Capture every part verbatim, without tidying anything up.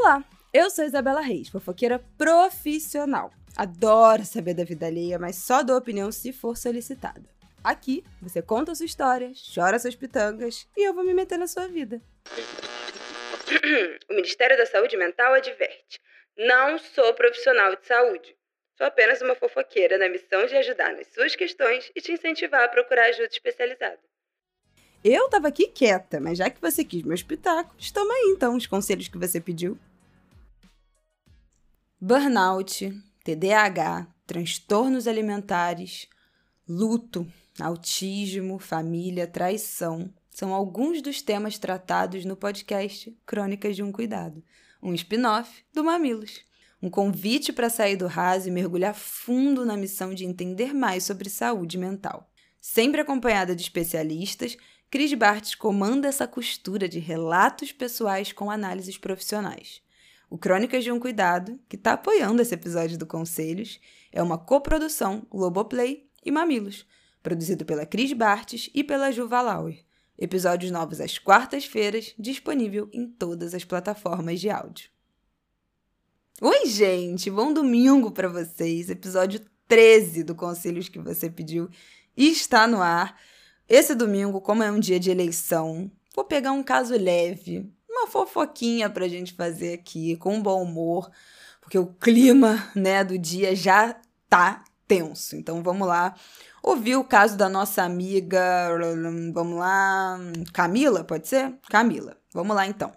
Olá, eu sou Isabela Reis, fofoqueira profissional. Adoro saber da vida alheia, mas só dou opinião se for solicitada. Aqui, você conta a sua história, chora suas pitangas e eu vou me meter na sua vida. O Ministério da Saúde Mental adverte: não sou profissional de saúde. Sou apenas uma fofoqueira na missão de ajudar nas suas questões e te incentivar a procurar ajuda especializada. Eu tava aqui quieta, mas já que você quis meus pitacos, toma aí então os conselhos que você pediu. Burnout, T D A H, transtornos alimentares, luto, autismo, família, traição são alguns dos temas tratados no podcast Crônicas de um Cuidado, um spin-off do Mamilos. Um convite para sair do raso e mergulhar fundo na missão de entender mais sobre saúde mental. Sempre acompanhada de especialistas, Cris Bartz comanda essa costura de relatos pessoais com análises profissionais. O Crônicas de um Cuidado, que está apoiando esse episódio do Conselhos, é uma coprodução Globoplay e Mamilos, produzido pela Cris Bartz e pela Ju Valauer. Episódios novos às quartas-feiras, disponível em todas as plataformas de áudio. Oi, gente! Bom domingo para vocês! Episódio treze do Conselhos que você pediu está no ar. Esse domingo, como é um dia de eleição, vou pegar um caso leve, uma fofoquinha pra gente fazer aqui, com bom humor, porque o clima, né, do dia já tá tenso. Então vamos lá ouvir o caso da nossa amiga, vamos lá, Camila, pode ser? Camila, vamos lá então.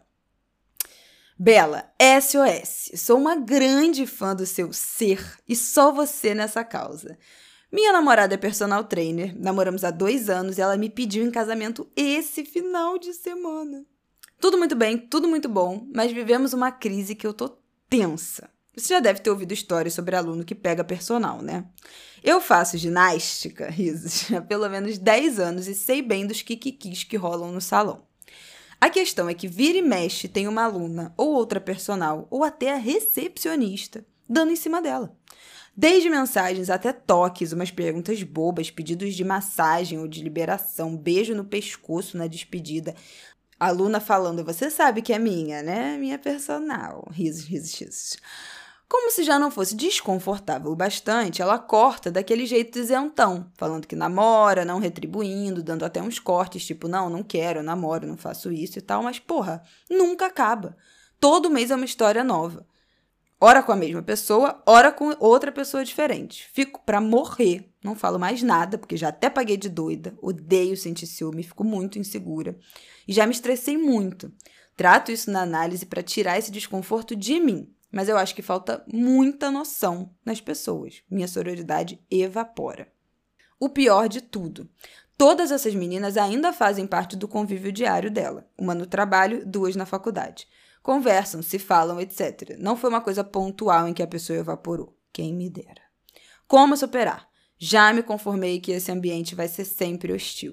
Bela, S O S, sou uma grande fã do seu ser e só você nessa causa. Minha namorada é personal trainer, namoramos há dois anos e ela me pediu em casamento esse final de semana. Tudo muito bem, tudo muito bom, mas vivemos uma crise que eu tô tensa. Você já deve ter ouvido histórias sobre aluno que pega personal, né? Eu faço ginástica, risos, há pelo menos dez anos e sei bem dos kikikis que rolam no salão. A questão é que vira e mexe tem uma aluna ou outra personal ou até a recepcionista dando em cima dela. Desde mensagens até toques, umas perguntas bobas, pedidos de massagem ou de liberação, beijo no pescoço na despedida. A aluna falando, você sabe que é minha, né? Minha personal. Risos, risos, risos. Como se já não fosse desconfortável o bastante, ela corta daquele jeito isentão, falando que namora, não retribuindo, dando até uns cortes, tipo, não, não quero, eu namoro, não faço isso e tal, mas, porra, nunca acaba. Todo mês é uma história nova. Ora com a mesma pessoa, ora com outra pessoa diferente. Fico pra morrer, não falo mais nada, porque já até paguei de doida, odeio sentir ciúme, fico muito insegura. E já me estressei muito. Trato isso na análise pra tirar esse desconforto de mim. Mas eu acho que falta muita noção nas pessoas. Minha sororidade evapora. O pior de tudo, todas essas meninas ainda fazem parte do convívio diário dela. Uma no trabalho, duas na faculdade. Conversam, se falam, etcétera. Não foi uma coisa pontual em que a pessoa evaporou. Quem me dera. Como superar? Já me conformei que esse ambiente vai ser sempre hostil.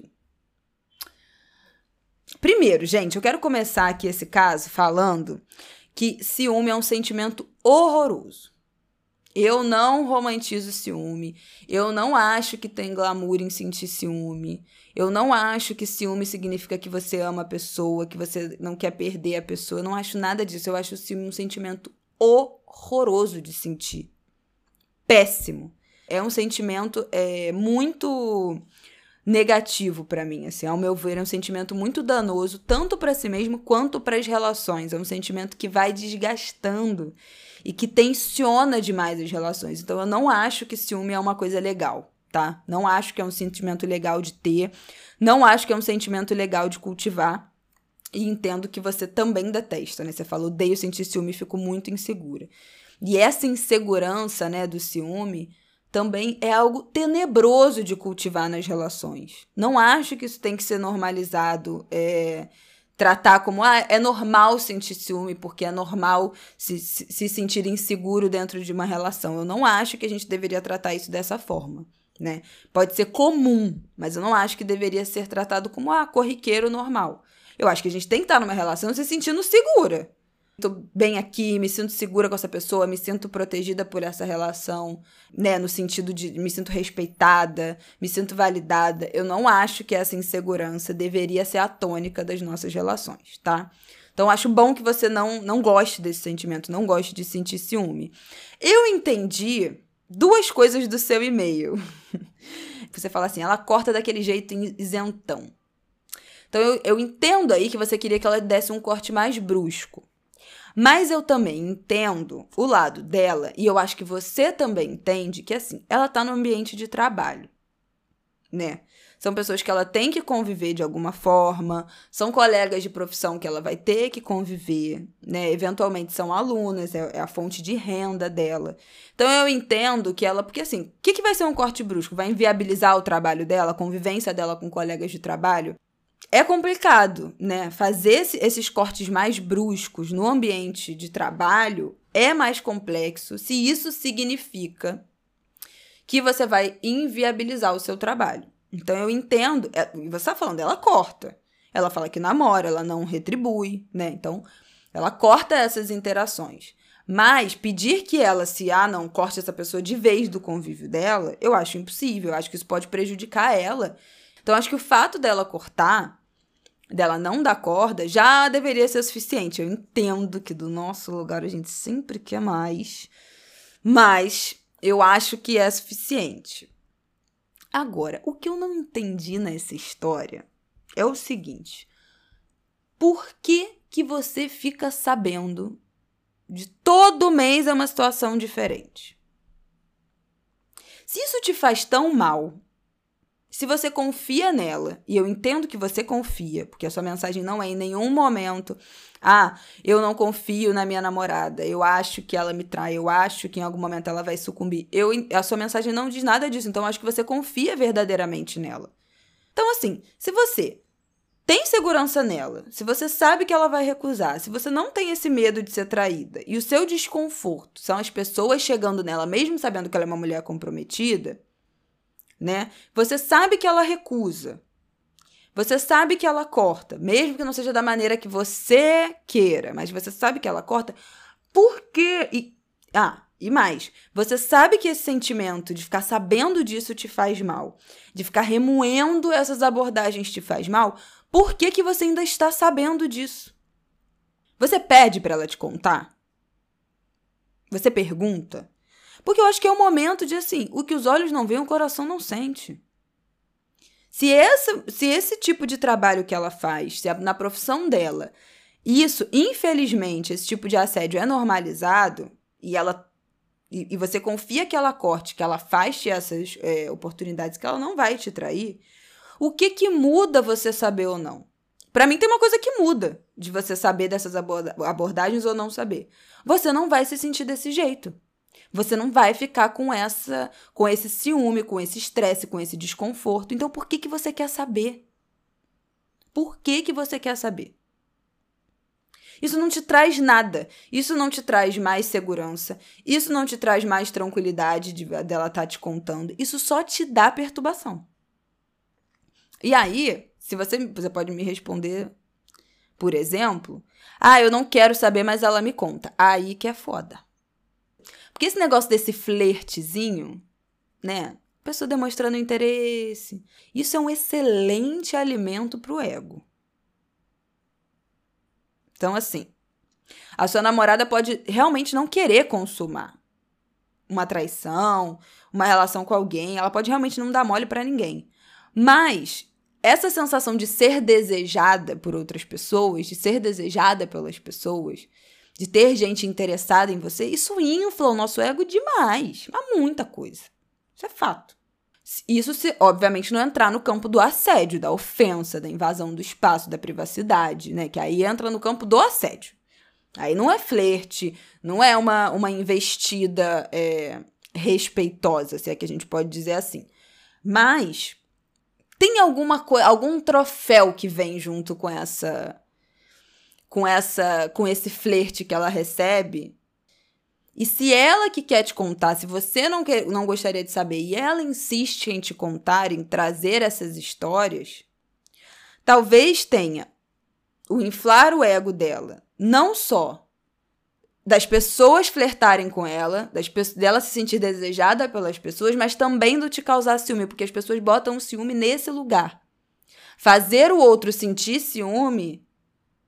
Primeiro, gente, eu quero começar aqui esse caso falando que ciúme é um sentimento horroroso. Eu não romantizo ciúme, eu não acho que tem glamour em sentir ciúme, eu não acho que ciúme significa que você ama a pessoa, que você não quer perder a pessoa, eu não acho nada disso, eu acho o ciúme um sentimento horroroso de sentir. Péssimo. É um sentimento é, muito negativo pra mim, assim, ao meu ver, é um sentimento muito danoso, tanto pra si mesmo quanto para as relações. É um sentimento que vai desgastando e que tensiona demais as relações. Então, eu não acho que ciúme é uma coisa legal, tá? Não acho que é um sentimento legal de ter, não acho que é um sentimento legal de cultivar. E entendo que você também detesta, né? Você fala, odeio sentir ciúme e fico muito insegura. E essa insegurança, né, do ciúme também é algo tenebroso de cultivar nas relações. Não acho que isso tem que ser normalizado, é, tratar como, ah, é normal sentir ciúme, porque é normal se, se, se sentir inseguro dentro de uma relação. Eu não acho que a gente deveria tratar isso dessa forma, né? Pode ser comum, mas eu não acho que deveria ser tratado como, ah, corriqueiro normal. Eu acho que a gente tem que estar numa relação se sentindo segura. Tô bem aqui, me sinto segura com essa pessoa, me sinto protegida por essa relação, né, no sentido de me sinto respeitada, me sinto validada. Eu não acho que essa insegurança deveria ser a tônica das nossas relações, tá? Então, acho bom que você não, não goste desse sentimento, não goste de sentir ciúme. Eu entendi duas coisas do seu e-mail. Você fala assim, ela corta daquele jeito isentão. Então, eu, eu entendo aí que você queria que ela desse um corte mais brusco. Mas eu também entendo o lado dela, e eu acho que você também entende que, assim, ela tá no ambiente de trabalho, né? São pessoas que ela tem que conviver de alguma forma, são colegas de profissão que ela vai ter que conviver, né? Eventualmente são alunas, é, é a fonte de renda dela. Então, eu entendo que ela... Porque, assim, o que, que vai ser um corte brusco? Vai inviabilizar o trabalho dela, a convivência dela com colegas de trabalho? É complicado, né? Fazer esse, esses cortes mais bruscos no ambiente de trabalho é mais complexo se isso significa que você vai inviabilizar o seu trabalho. Então, eu entendo... É, você está falando, ela corta. Ela fala que namora, ela não retribui, né? Então, ela corta essas interações. Mas pedir que ela se, ah, não, corte essa pessoa de vez do convívio dela, eu acho impossível. Eu acho que isso pode prejudicar ela. Então, acho que o fato dela cortar, dela não dar corda, já deveria ser o suficiente. Eu entendo que do nosso lugar a gente sempre quer mais, mas eu acho que é suficiente. Agora, o que eu não entendi nessa história é o seguinte. Por que que você fica sabendo de todo mês é uma situação diferente? Se isso te faz tão mal... Se você confia nela, e eu entendo que você confia, porque a sua mensagem não é em nenhum momento, ah, eu não confio na minha namorada, eu acho que ela me trai, eu acho que em algum momento ela vai sucumbir. Eu, a sua mensagem não diz nada disso, então eu acho que você confia verdadeiramente nela. Então, assim, se você tem segurança nela, se você sabe que ela vai recusar, se você não tem esse medo de ser traída, e o seu desconforto são as pessoas chegando nela, mesmo sabendo que ela é uma mulher comprometida, né? Você sabe que ela recusa. Você sabe que ela corta, mesmo que não seja da maneira que você queira, mas você sabe que ela corta. Por quê? E, ah, e mais, você sabe que esse sentimento de ficar sabendo disso te faz mal, de ficar remoendo essas abordagens te faz mal. Por que que você ainda está sabendo disso? Você pede para ela te contar? Você pergunta? Porque eu acho que é o momento de, assim, o que os olhos não veem, o coração não sente. Se, essa, se esse tipo de trabalho que ela faz, se a, na profissão dela, isso, infelizmente, esse tipo de assédio é normalizado, e ela e, e você confia que ela corte, que ela faz-te essas é, oportunidades, que ela não vai te trair, o que que muda você saber ou não? Pra mim tem uma coisa que muda de você saber dessas abordagens ou não saber. Você não vai se sentir desse jeito. Você não vai ficar com essa, com esse ciúme, com esse estresse, com esse desconforto. Então, por que que você quer saber? Por que que você quer saber? Isso não te traz nada. Isso não te traz mais segurança. Isso não te traz mais tranquilidade de, dela estar te contando. Isso só te dá perturbação. E aí, se você, você pode me responder, por exemplo, ah, eu não quero saber, mas ela me conta. Aí que é foda. Porque esse negócio desse flertezinho, né? A pessoa demonstrando interesse. Isso é um excelente alimento pro ego. Então, assim, a sua namorada pode realmente não querer consumar uma traição, uma relação com alguém. Ela pode realmente não dar mole pra ninguém. Mas essa sensação de ser desejada por outras pessoas, de ser desejada pelas pessoas, de ter gente interessada em você, isso infla o nosso ego demais. Mas muita coisa. Isso é fato. Isso, se, obviamente, não entrar no campo do assédio, da ofensa, da invasão do espaço, da privacidade, né? Que aí entra no campo do assédio. Aí não é flerte, não é uma, uma investida é, respeitosa, se é que a gente pode dizer assim. Mas tem alguma co- algum troféu que vem junto com essa... com essa, com esse flerte que ela recebe, e se ela que quer te contar, se você não, quer, não gostaria de saber, e ela insiste em te contar, em trazer essas histórias, talvez tenha o inflar o ego dela, não só das pessoas flertarem com ela, das pe- dela se sentir desejada pelas pessoas, mas também do te causar ciúme, porque as pessoas botam o ciúme nesse lugar. Fazer o outro sentir ciúme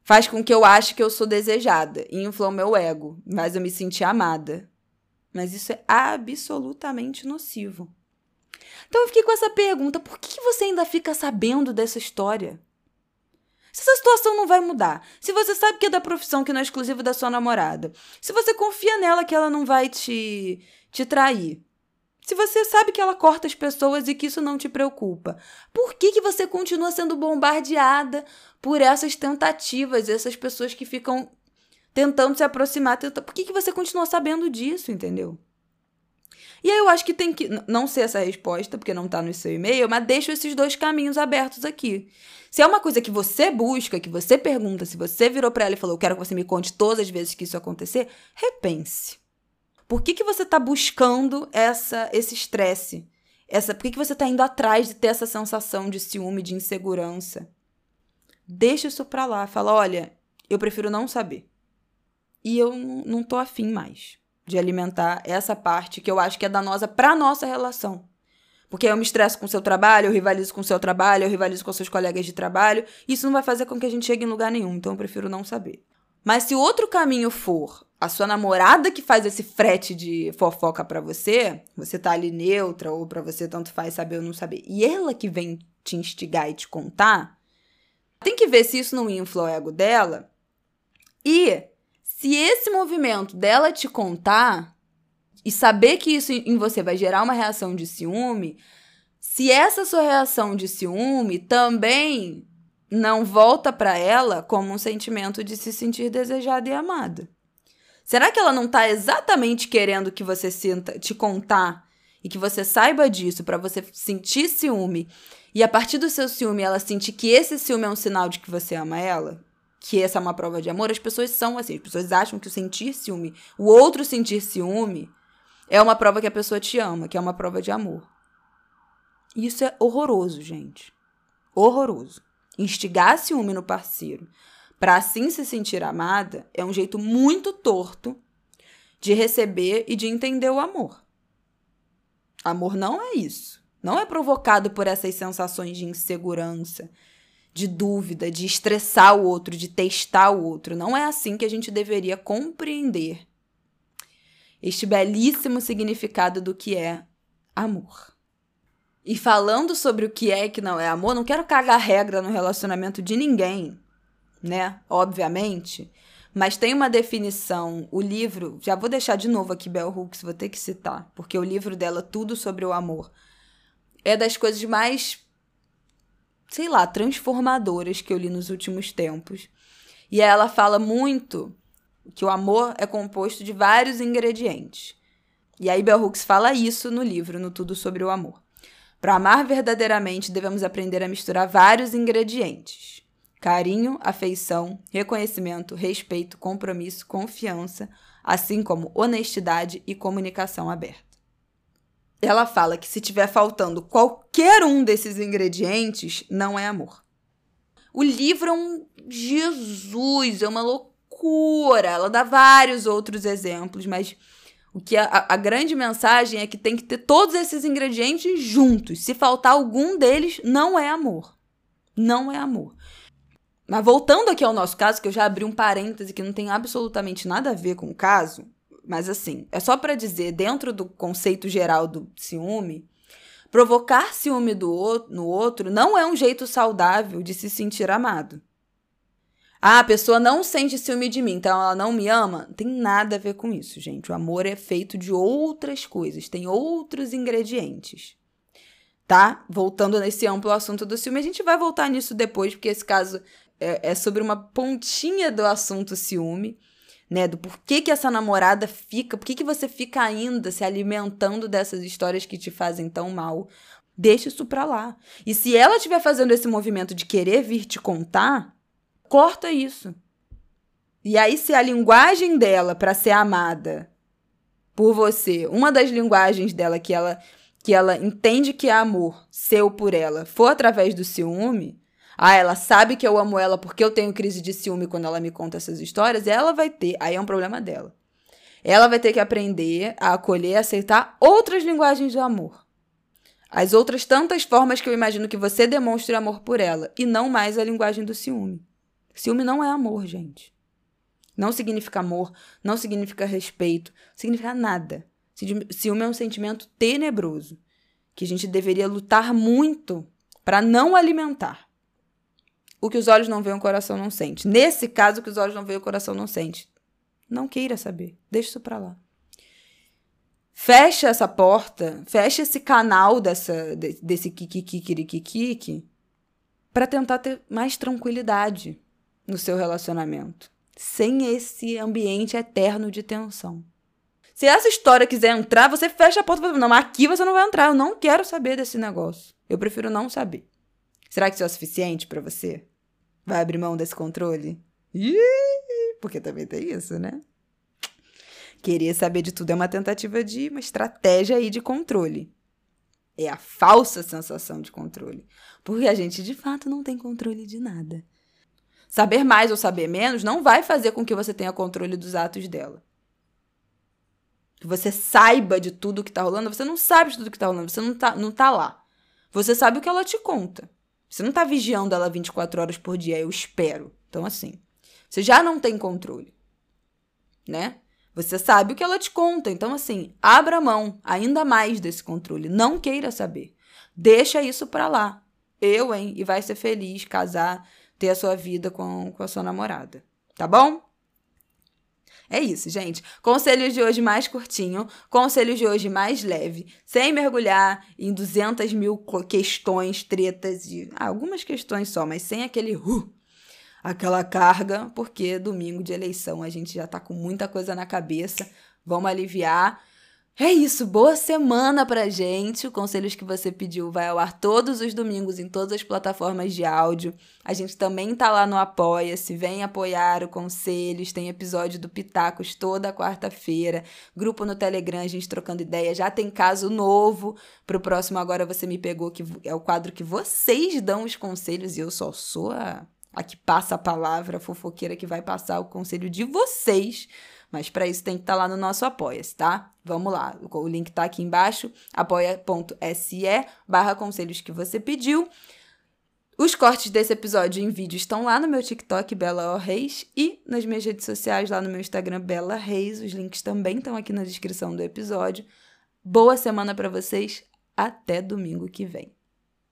faz com que eu ache que eu sou desejada, infla o meu ego, mas eu me sentir amada. Mas isso é absolutamente nocivo. Então eu fiquei com essa pergunta, por que você ainda fica sabendo dessa história? Se essa situação não vai mudar, se você sabe que é da profissão, que não é exclusiva da sua namorada, se você confia nela que ela não vai te, te trair, se você sabe que ela corta as pessoas e que isso não te preocupa, por que, que você continua sendo bombardeada por essas tentativas, essas pessoas que ficam tentando se aproximar? Tentando... Por que, que você continua sabendo disso, entendeu? E aí eu acho que tem que, não sei essa resposta, porque não tá no seu e-mail, mas deixo esses dois caminhos abertos aqui. Se é uma coisa que você busca, que você pergunta, se você virou pra ela e falou, eu quero que você me conte todas as vezes que isso acontecer, repense. Por que, que você tá buscando essa, esse estresse? Essa, por que, que você tá indo atrás de ter essa sensação de ciúme, de insegurança? Deixa isso pra lá. Fala, olha, eu prefiro não saber. E eu não tô afim mais de alimentar essa parte que eu acho que é danosa pra nossa relação. Porque eu me estresso com o seu trabalho, eu rivalizo com o seu trabalho, eu rivalizo com os seus colegas de trabalho. Isso não vai fazer com que a gente chegue em lugar nenhum, então eu prefiro não saber. Mas se o outro caminho for a sua namorada que faz esse frete de fofoca pra você, você tá ali neutra, ou pra você tanto faz saber ou não saber, e ela que vem te instigar e te contar, tem que ver se isso não infla o ego dela. E se esse movimento dela te contar e saber que isso em você vai gerar uma reação de ciúme, se essa sua reação de ciúme também não volta para ela como um sentimento de se sentir desejada e amada. Será que ela não está exatamente querendo que você sinta, te contar e que você saiba disso para você sentir ciúme e a partir do seu ciúme ela sentir que esse ciúme é um sinal de que você ama ela? Que essa é uma prova de amor? As pessoas são assim, as pessoas acham que o sentir ciúme, o outro sentir ciúme, é uma prova que a pessoa te ama, que é uma prova de amor. Isso é horroroso, gente. Horroroso. Instigar ciúme no parceiro para assim se sentir amada é um jeito muito torto de receber e de entender o amor. Amor não é isso. Não é provocado por essas sensações de insegurança, de dúvida, de estressar o outro, de testar o outro. Não é assim que a gente deveria compreender este belíssimo significado do que é amor. E falando sobre o que é e que não é amor, não quero cagar regra no relacionamento de ninguém, né? Obviamente. Mas tem uma definição, o livro, já vou deixar de novo aqui Bell Hooks, vou ter que citar, porque o livro dela, Tudo sobre o Amor, é das coisas mais, sei lá, transformadoras que eu li nos últimos tempos. E ela fala muito que o amor é composto de vários ingredientes. E aí Bell Hooks fala isso no livro, no Tudo sobre o Amor. Para amar verdadeiramente, devemos aprender a misturar vários ingredientes. Carinho, afeição, reconhecimento, respeito, compromisso, confiança, assim como honestidade e comunicação aberta. Ela fala que se tiver faltando qualquer um desses ingredientes, não é amor. O livro é um Jesus, é uma loucura. Ela dá vários outros exemplos, mas o que a, a grande mensagem é que tem que ter todos esses ingredientes juntos. Se faltar algum deles, não é amor. Não é amor. Mas voltando aqui ao nosso caso, que eu já abri um parêntese que não tem absolutamente nada a ver com o caso, mas assim, é só para dizer, dentro do conceito geral do ciúme, provocar ciúme do outro, no outro não é um jeito saudável de se sentir amado. Ah, a pessoa não sente ciúme de mim, então ela não me ama? Não tem nada a ver com isso, gente. O amor é feito de outras coisas, tem outros ingredientes. Tá? Voltando nesse amplo assunto do ciúme, a gente vai voltar nisso depois, porque esse caso é, é sobre uma pontinha do assunto ciúme, né? Do porquê que essa namorada fica, por que que você fica ainda se alimentando dessas histórias que te fazem tão mal. Deixa isso pra lá. E se ela estiver fazendo esse movimento de querer vir te contar, corta isso. E aí, se a linguagem dela para ser amada por você, uma das linguagens dela que ela, que ela entende que é amor seu por ela, for através do ciúme, ah, ela sabe que eu amo ela porque eu tenho crise de ciúme quando ela me conta essas histórias, ela vai ter, aí é um problema dela. Ela vai ter que aprender a acolher e aceitar outras linguagens do amor. As outras tantas formas que eu imagino que você demonstre amor por ela, e não mais a linguagem do ciúme. Ciúme não é amor, gente. Não significa amor, não significa respeito, significa nada. Ciúme é um sentimento tenebroso, que a gente deveria lutar muito para não alimentar. O que os olhos não veem, o coração não sente. Nesse caso, o que os olhos não veem, o coração não sente. Não queira saber. Deixa isso pra lá. Fecha essa porta, fecha esse canal dessa, desse kikikikirikikiki para tentar ter mais tranquilidade no seu relacionamento. Sem esse ambiente eterno de tensão. Se essa história quiser entrar, você fecha a porta e fala, não, mas aqui você não vai entrar. Eu não quero saber desse negócio. Eu prefiro não saber. Será que isso é o suficiente pra você? Vai abrir mão desse controle? Ih, porque também tem isso, né? Querer saber de tudo é uma tentativa de uma estratégia aí de controle. É a falsa sensação de controle. Porque a gente, de fato, não tem controle de nada. Saber mais ou saber menos não vai fazer com que você tenha controle dos atos dela. Que você saiba de tudo que tá rolando. Você não sabe de tudo que tá rolando. Você não tá, não tá lá. Você sabe o que ela te conta. Você não tá vigiando ela vinte e quatro horas por dia, eu espero. Então, assim, você já não tem controle, né? Você sabe o que ela te conta. Então, assim, abra mão ainda mais desse controle. Não queira saber. Deixa isso pra lá. Eu, hein? E vai ser feliz, casar, ter a sua vida com, com a sua namorada. Tá bom? É isso, gente. Conselhos de hoje mais curtinho, conselhos de hoje mais leve, sem mergulhar em duzentas mil questões, tretas e ah, algumas questões só, mas sem aquele uh, aquela carga, porque domingo de eleição a gente já tá com muita coisa na cabeça. Vamos aliviar. É isso, boa semana pra gente. O Conselhos que você pediu vai ao ar todos os domingos em todas as plataformas de áudio. A gente também tá lá no Apoia-se, vem apoiar o Conselhos, tem episódio do Pitacos toda quarta-feira, grupo no Telegram, a gente trocando ideia, já tem caso novo pro próximo Agora Você Me Pegou, que é o quadro que vocês dão os conselhos e eu só sou a, a que passa a palavra, a fofoqueira que vai passar o conselho de vocês. Mas para isso tem que estar tá lá no nosso Apoia-se, tá? Vamos lá, o link tá aqui embaixo, apoia.se barra conselhos que você pediu. Os cortes desse episódio em vídeo estão lá no meu TikTok, Bela O Reis, e nas minhas redes sociais, lá no meu Instagram, Bela Reis. Os links também estão aqui na descrição do episódio. Boa semana para vocês, até domingo que vem.